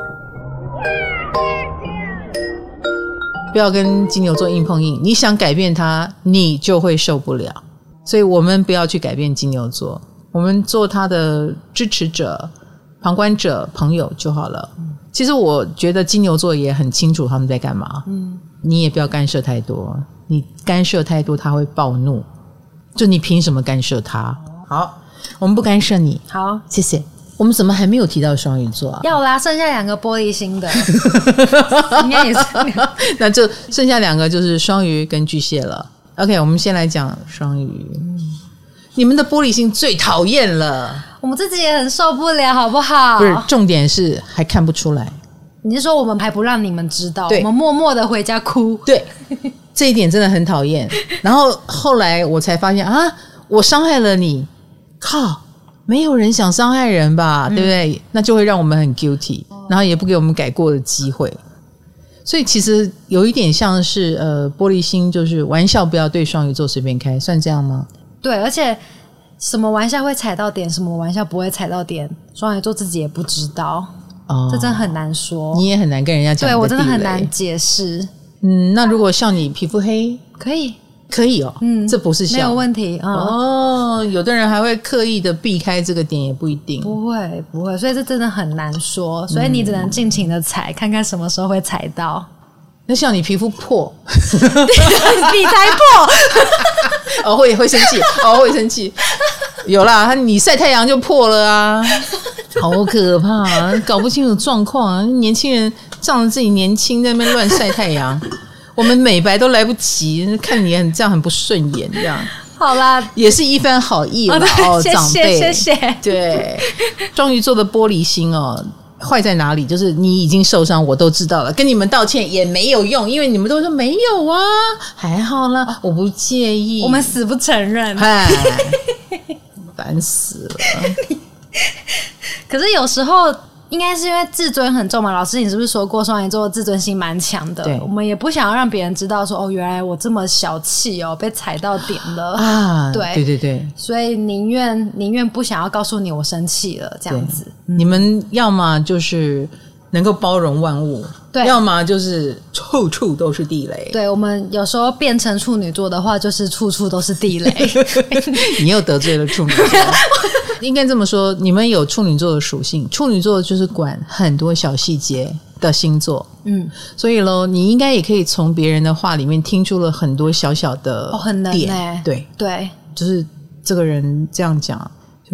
不要跟金牛座硬碰硬，你想改变他，你就会受不了。所以我们不要去改变金牛座，我们做他的支持者、旁观者、朋友就好了。嗯，其实我觉得金牛座也很清楚他们在干嘛。嗯，你也不要干涉太多，你干涉太多他会暴怒，就你凭什么干涉他？好，我们不干涉你。 好， 谢谢。我们怎么还没有提到双鱼座啊？ 要啦，剩下两个玻璃心的，应该也是。 那就剩下两个就是双鱼跟巨蟹了。OK， 我们先来讲双鱼。嗯，你们的玻璃心最讨厌了， 我们自己也很受不了，好不好？ 不是，重点是还看不出来。 你是说我们还不让你们知道，我们默默的回家哭？ 对，这一点真的很讨厌。然后后来我才发现啊，我伤害了你，靠！没有人想伤害人吧，对不对？嗯，那就会让我们很 guilty， 然后也不给我们改过的机会。所以其实有一点像是呃玻璃心，就是玩笑不要对双鱼座随便开，算这样吗？ 对，而且什么玩笑会踩到点，什么玩笑不会踩到点，双鱼座自己也不知道。哦，这真的很难说， 你也很难跟人家讲。 对，我真的很难解释。 嗯，那如果像你皮肤黑， 可以。 可以哦，嗯，这不是笑， 没有问题。嗯， 哦，有的人还会刻意的避开这个点，也不一定。 不会，不会，所以这真的很难说，所以你只能尽情的踩，看看什么时候会踩到。 那像你皮肤破， 你才破，哦，会会生气，哦，会生气。有啦，你晒太阳就破了啊，好可怕啊，搞不清楚状况啊！年轻人仗着自己年轻，在那边乱晒太阳。我们美白都来不及，看你很这样很不顺眼，这样好啦， 也是一番好意了。哦， 谢谢长辈， 谢谢。 对，双鱼座的玻璃心哦，坏在哪里？就是你已经受伤，我都知道了，跟你们道歉也没有用，因为你们都说没有啊，还好啦，我不介意， 我们死不承认， 哎，烦死了。 可是有时候。应该是因为自尊很重嘛，老师你是不是说过双鱼座自尊心蛮强的？我们也不想要让别人知道说哦，原来我这么小气哦，被踩到点了啊！对对对对，所以宁愿宁愿不想要告诉你我生气了这样子。 嗯，你们要么就是能够包容万物，对，要么就是处处都是地雷。 对，我们有时候变成处女座的话，就是处处都是地雷。 你又得罪了处女座。应该这么说，你们有处女座的属性，处女座就是管很多小细节的星座，嗯，所以咯，你应该也可以从别人的话里面听出了很多小小的点， 哦，很能欸， 对对， 就是这个人这样讲，就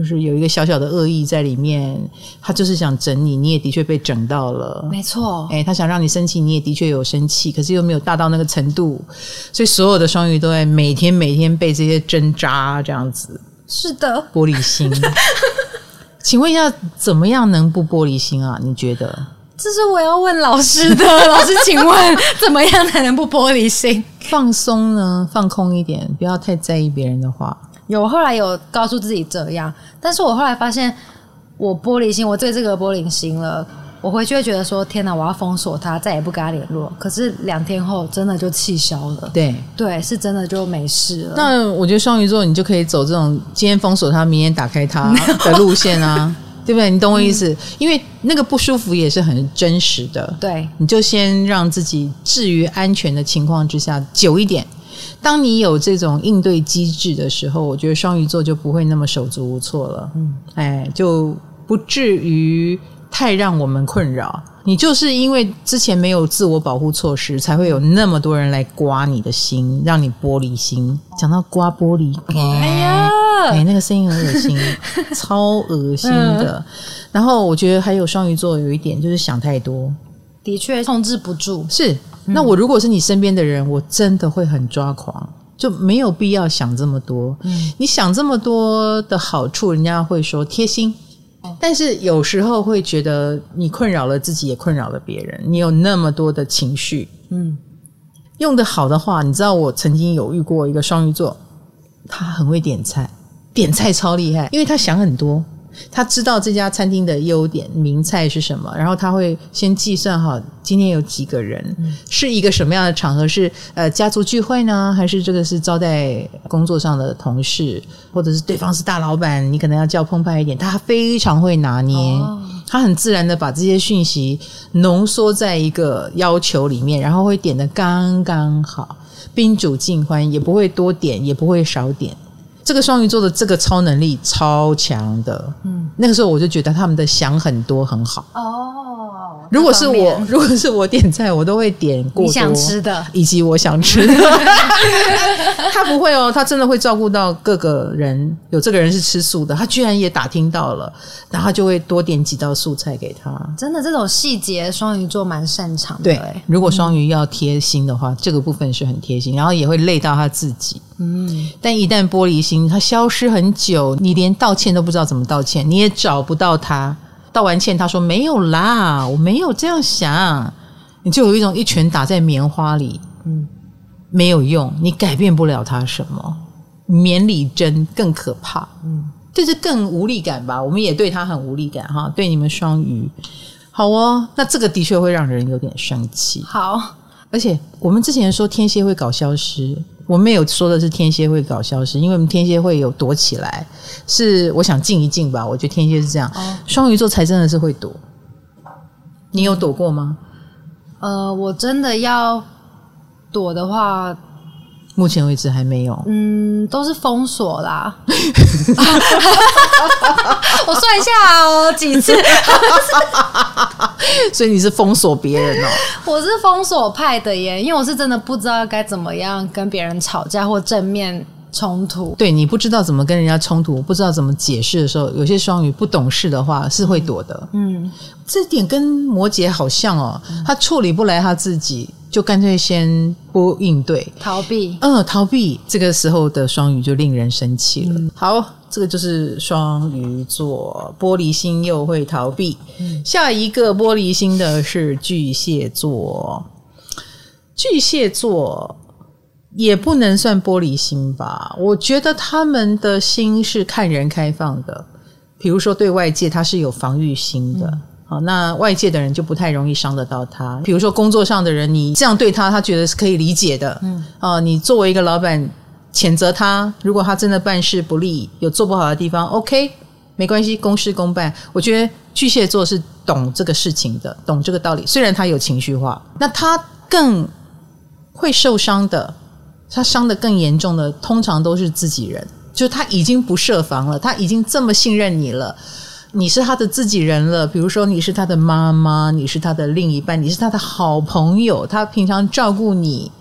就是有一个小小的恶意在里面，他就是想整你，你也的确被整到了， 没错， 哎，他想让你生气，你也的确有生气，可是又没有大到那个程度，所以所有的双鱼都在每天每天被这些针扎这样子。 是的， 玻璃心。请问一下，怎么样能不玻璃心啊？你觉得？ 这是我要问老师的。老师，请问怎么样才能不玻璃心？ 放松呢，放空一点，不要太在意别人的话。 有，后来有告诉自己这样，但是我后来发现我玻璃心，我对这个玻璃心了，我回去会觉得说天哪，我要封锁他，再也不跟他联络。可是两天后真的就气消了。 对对，是真的就没事了。 那我觉得双鱼座你就可以走这种今天封锁他，明天打开他的路线啊。对不对？你懂我意思、嗯、因为那个不舒服也是很真实的。 对， 你就先让自己置于安全的情况之下久一点，当你有这种应对机制的时候，我觉得双鱼座就不会那么手足无措了。嗯，哎，就不至于太让我们困扰。你就是因为之前没有自我保护措施，才会有那么多人来刮你的心，让你玻璃心。讲到刮玻璃，哎呀，哎，那个声音很恶心，超恶心的、嗯。然后我觉得还有双鱼座有一点就是想太多， 的确控制不住。 是，那我如果是你身边的人，我真的会很抓狂，就没有必要想这么多。嗯，你想这么多的好处，人家会说贴心。但是有时候会觉得你困扰了自己，也困扰了别人。你有那么多的情绪，嗯，用得好的话，你知道我曾经有遇过一个双鱼座，他很会点菜，点菜超厉害，因为他想很多。他知道这家餐厅的优点名菜是什么，然后他会先计算好今天有几个人、嗯、是一个什么样的场合，是呃家族聚会呢，还是这个是招待工作上的同事，或者是对方是大老板，你可能要叫澎湃一点。他非常会拿捏、哦、他很自然的把这些讯息浓缩在一个要求里面，然后会点得刚刚好，宾主尽欢，也不会多点也不会少点。这个双鱼座的这个超能力超强的，嗯，那个时候我就觉得他们的想很多很好哦。如果是我，如果是我点菜，我都会点过多你想吃的， 以及我想吃的。他不会哦，他真的会照顾到各个人。有这个人是吃素的，他居然也打听到了，然后他就会多点几道素菜给他。 真的，这种细节双鱼座蛮擅长的。 对，如果双鱼要贴心的话、嗯，这个部分是很贴心，然后也会累到他自己。嗯，但一旦玻璃心，他消失很久，你连道歉都不知道怎么道歉，你也找不到他。道完歉，他说没有啦，我没有这样想，你就有一种一拳打在棉花里，嗯，没有用，你改变不了他什么。绵里针更可怕，嗯，就是更无力感吧。我们也对他很无力感哈，对你们双鱼，好哦，那这个的确会让人有点生气。 好， 而且我们之前说天蝎会搞消失。我们没有说的是天蝎会搞消失，因为我们天蝎会有躲起来，是我想静一静吧。我觉得天蝎是这样，双、哦、鱼座才真的是会躲。你有躲过吗？ 呃，我真的要躲的话， 目前为止还没有。 嗯，都是封锁啦。我算一下哦，几次？ 所以你是封锁别人哦？ 我是封锁派的耶，因为我是真的不知道该怎么样跟别人吵架或正面冲突。 对，你不知道怎么跟人家冲突，不知道怎么解释的时候，有些双鱼不懂事的话是会躲的。嗯，这点跟摩羯好像哦，他处理不来他自己，就干脆先不应对， 逃避。 嗯，逃避。这个时候的双鱼就令人生气了。嗯、好，这个就是双鱼座，玻璃心又会逃避。嗯、下一个玻璃心的是巨蟹座。巨蟹座也不能算玻璃心吧，我觉得他们的心是看人开放的。比如说对外界他是有防御心的。嗯，好，那外界的人就不太容易伤得到他。比如说工作上的人，你这样对他，他觉得是可以理解的。嗯，啊，你作为一个老板谴责他，如果他真的办事不力，有做不好的地方 ，OK， 没关系，公事公办。我觉得巨蟹座是懂这个事情的，懂这个道理。虽然他有情绪化，那他更会受伤的，他伤得更严重的，通常都是自己人。就他已经不设防了，他已经这么信任你了。你是他的自己人了，比如说你是他的妈妈，你是他的另一半，你是他的好朋友，他平常照顾你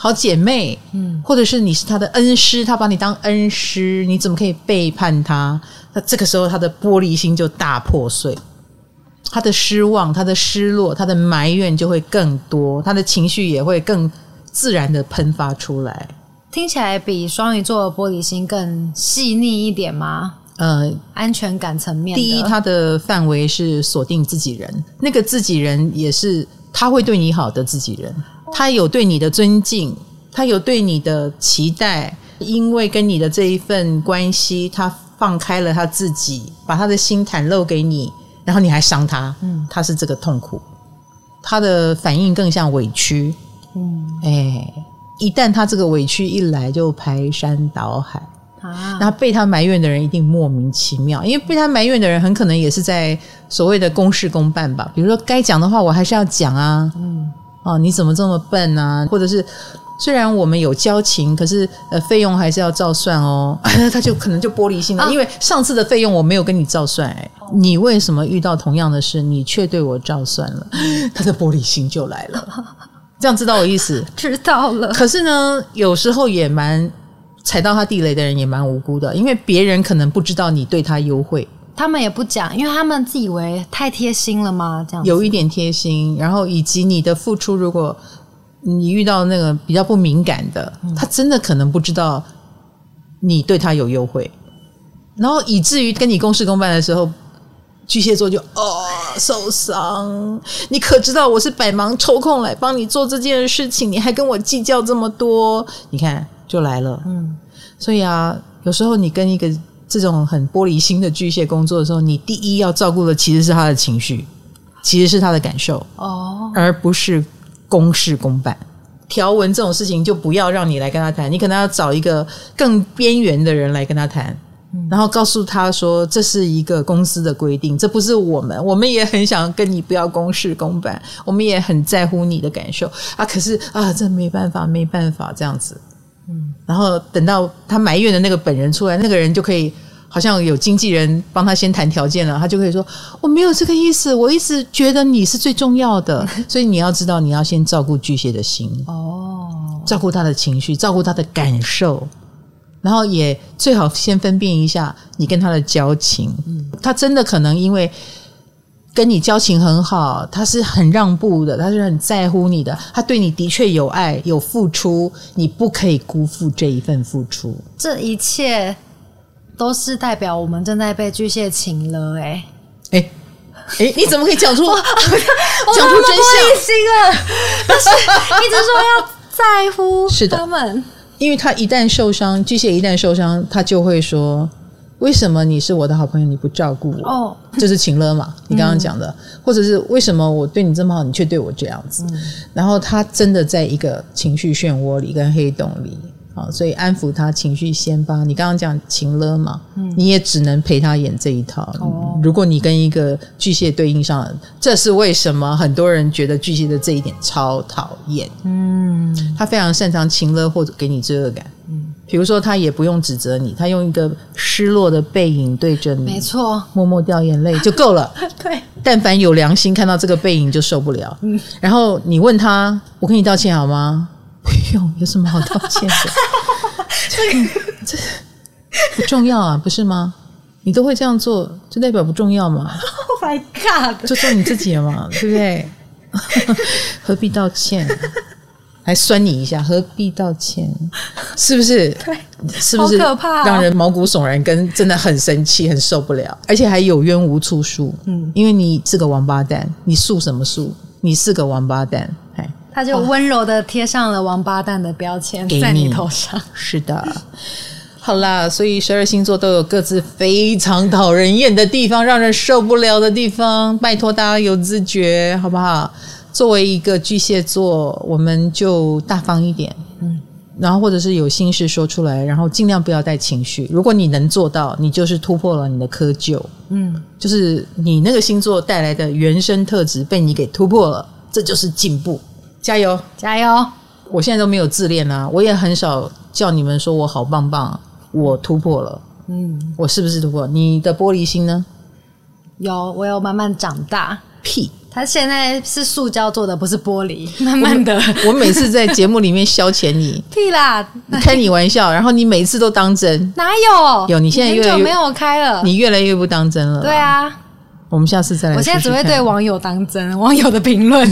好姐妹，嗯，或者是你是他的恩师，他把你当恩师，你怎么可以背叛他？那这个时候他的玻璃心就大破碎，他的失望，他的失落，他的埋怨就会更多，他的情绪也会更自然的喷发出来。 听起来比双鱼座的玻璃心更细腻一点吗？呃，安全感层面的。 第一，他的范围是锁定自己人，那个自己人也是他会对你好的自己人，他有对你的尊敬，他有对你的期待，因为跟你的这一份关系，他放开了他自己，把他的心袒露给你，然后你还伤他，嗯，他是这个痛苦，他的反应更像委屈，嗯，哎，一旦他这个委屈一来，就排山倒海啊！那被他埋怨的人一定莫名其妙，因为被他埋怨的人很可能也是在所谓的公事公办吧。比如说该讲的话我还是要讲啊，嗯，哦，你怎么这么笨啊？或者是虽然我们有交情，可是呃费用还是要照算哦。他就可能就玻璃心了，啊，因为上次的费用我没有跟你照算，哎，你为什么遇到同样的事，你却对我照算了？他的玻璃心就来了。这样知道我意思？ 知道了。 可是呢，有时候也蛮踩到他地雷的人也蛮无辜的，因为别人可能不知道你对他优惠， 他们也不讲，因为他们自以为太贴心了吗？这样子有一点贴心，然后以及你的付出，如果你遇到那个比较不敏感的，嗯，他真的可能不知道你对他有优惠，然后以至于跟你公事公办的时候，巨蟹座就哦受伤，你可知道我是百忙抽空来帮你做这件事情，你还跟我计较这么多，你看就来了。嗯，所以啊，有时候你跟一个这种很玻璃心的巨蟹工作的时候，你第一要照顾的其实是他的情绪，其实是他的感受哦，而不是公事公办。条文这种事情就不要让你来跟他谈，你可能要找一个更边缘的人来跟他谈，然后告诉他说这是一个公司的规定，这不是我们我们也很想跟你不要公事公办，我们也很在乎你的感受啊，可是啊这没办法没办法这样子。嗯，然后等到他埋怨的那个本人出来，那个人就可以好像有经纪人帮他先谈条件了，他就可以说我没有这个意思，我一直觉得你是最重要的。所以你要知道你要先照顾巨蟹的心哦，照顾他的情绪，照顾他的感受，然后也最好先分辨一下你跟他的交情，嗯，他真的可能因为跟你交情很好，他是很让步的，他是很在乎你的，他对你的确有爱有付出，你不可以辜负这一份付出。 这一切都是代表我们正在被巨蟹情了。哎哎哎，你怎么可以讲出讲出真相？ 我玻璃心了，但是一直说要在乎他们。 是的，因为他一旦受伤，巨蟹一旦受伤，他就会说为什么你是我的好朋友你不照顾我？哦，这是情勒嘛，你刚刚讲的，嗯，或者是为什么我对你这么好你却对我这样子，嗯，然后他真的在一个情绪漩涡里跟黑洞里，好，所以安抚他情绪先发，你刚刚讲情勒嘛，嗯，你也只能陪他演这一套，哦，如果你跟一个巨蟹对应上，这是为什么很多人觉得巨蟹的这一点超讨厌，嗯，他非常擅长情勒或者给你罪恶感，嗯，比如说他也不用指责你，他用一个失落的背影对着你， 没错， 默默掉眼泪就够了。 对， 但凡有良心看到这个背影就受不了，嗯，然后你问他我跟你道歉好吗？不用，有什么好道歉的？这这不重要啊，不是吗？你都会这样做，就代表不重要嘛。 Oh my god！ 就做你自己了嘛，对不对？何必道歉？还酸你一下，何必道歉？是不是？ 对， 是不是好可怕，哦， 让人毛骨悚然，跟真的很生气，很受不了，而且还有冤无处诉。嗯，因为你是个王八蛋，你诉什么诉？你是个王八蛋，哎， 他就温柔的贴上了王八蛋的标签在你头上。 是的，好啦，所以十二星座都有各自非常讨人厌的地方，让人受不了的地方，拜托大家有自觉好不好？作为一个巨蟹座，我们就大方一点，嗯，然后或者是有心事说出来，然后尽量不要带情绪。如果你能做到，你就是突破了你的窠臼，嗯，就是你那个星座带来的原生特质被你给突破了，这就是进步。加油， 加油！ 我现在都没有自恋啊，我也很少叫你们说我好棒棒，我突破了，嗯，我是不是突破？你的玻璃心呢？ 有，我有慢慢长大。 屁！ 它现在是塑胶做的，不是玻璃。慢慢的， 我, 我每次在节目里面消遣你， 屁啦， 开你玩笑，然后你每次都当真。 哪有？ 有，你现在越来越很久没有开了， 你越来越不当真了。 对啊， 我们下次再来试试看。 我现在只会对网友当真，网友的评论。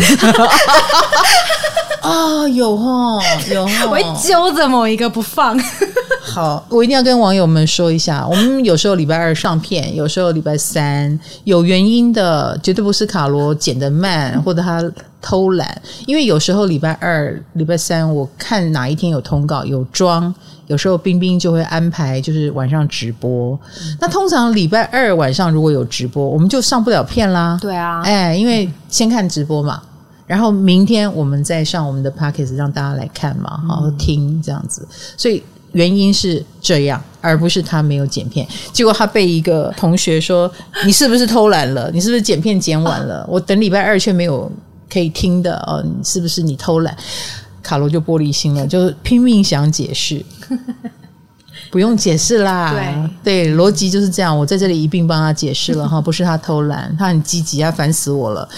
啊、哦，有齁，有齁， 我会揪着某一个不放。 好，我一定要跟网友们说一下，我们有时候礼拜二上片，有时候礼拜三，有原因的，绝对不是卡罗剪得慢或者他偷懒，因为有时候礼拜二、礼拜三，我看哪一天有通告有装，有时候冰冰就会安排就是晚上直播。那通常礼拜二晚上如果有直播，我们就上不了片啦。 对啊， 哎，因为先看直播嘛。然后明天我们再上我们的 podcast 让大家来看嘛，好好听这样子，所以原因是这样，而不是他没有剪片。结果他被一个同学说：“你是不是偷懒了？你是不是剪片剪晚了？我等礼拜二却没有可以听的哦，你是不是你偷懒？”卡罗就玻璃心了，就拼命想解释。不用解释啦，对，对，逻辑就是这样。我在这里一并帮他解释了哈，不是他偷懒，他很积极，他烦死我了。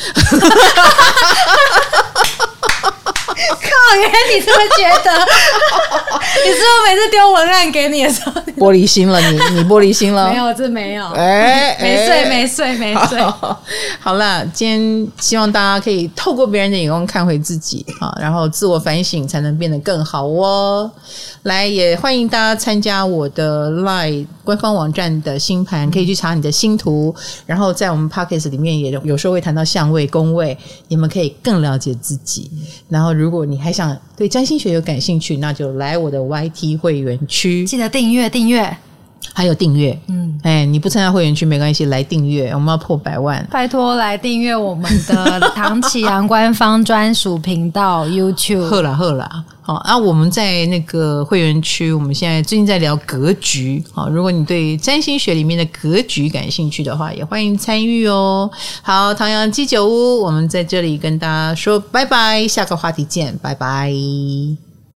靠，原来你这么觉得？你是不是每次丢文案给你的时候， 玻璃心了？你你玻璃心了？ 没有，这没有。 哎， 没睡，没睡，没睡。 好, 好啦，今天希望大家可以透过别人的眼光看回自己啊，然后自我反省，才能变得更好哦。来，也欢迎大家参加我的 Line 官方网站的星盘，可以去查你的星图，然后在我们 Podcast 里面也有时候会谈到相位、宫位，你们可以更了解自己。然后，如果你还想对占星学有感兴趣，那就来我的 Y T 会员区， 记得订阅订阅。 还有订阅，嗯，哎，你不参加会员区没关系，来订阅，我们要破百万， 拜托来订阅我们的唐启阳官方专属频道 YouTube。 呵啦呵啦，好啊，我们在那个会员区，我们现在最近在聊格局，好，如果你对占星学里面的格局感兴趣的话，也欢迎参与哦。好，唐阳鸡酒屋，我们在这里跟大家说拜拜，下个话题见，拜拜。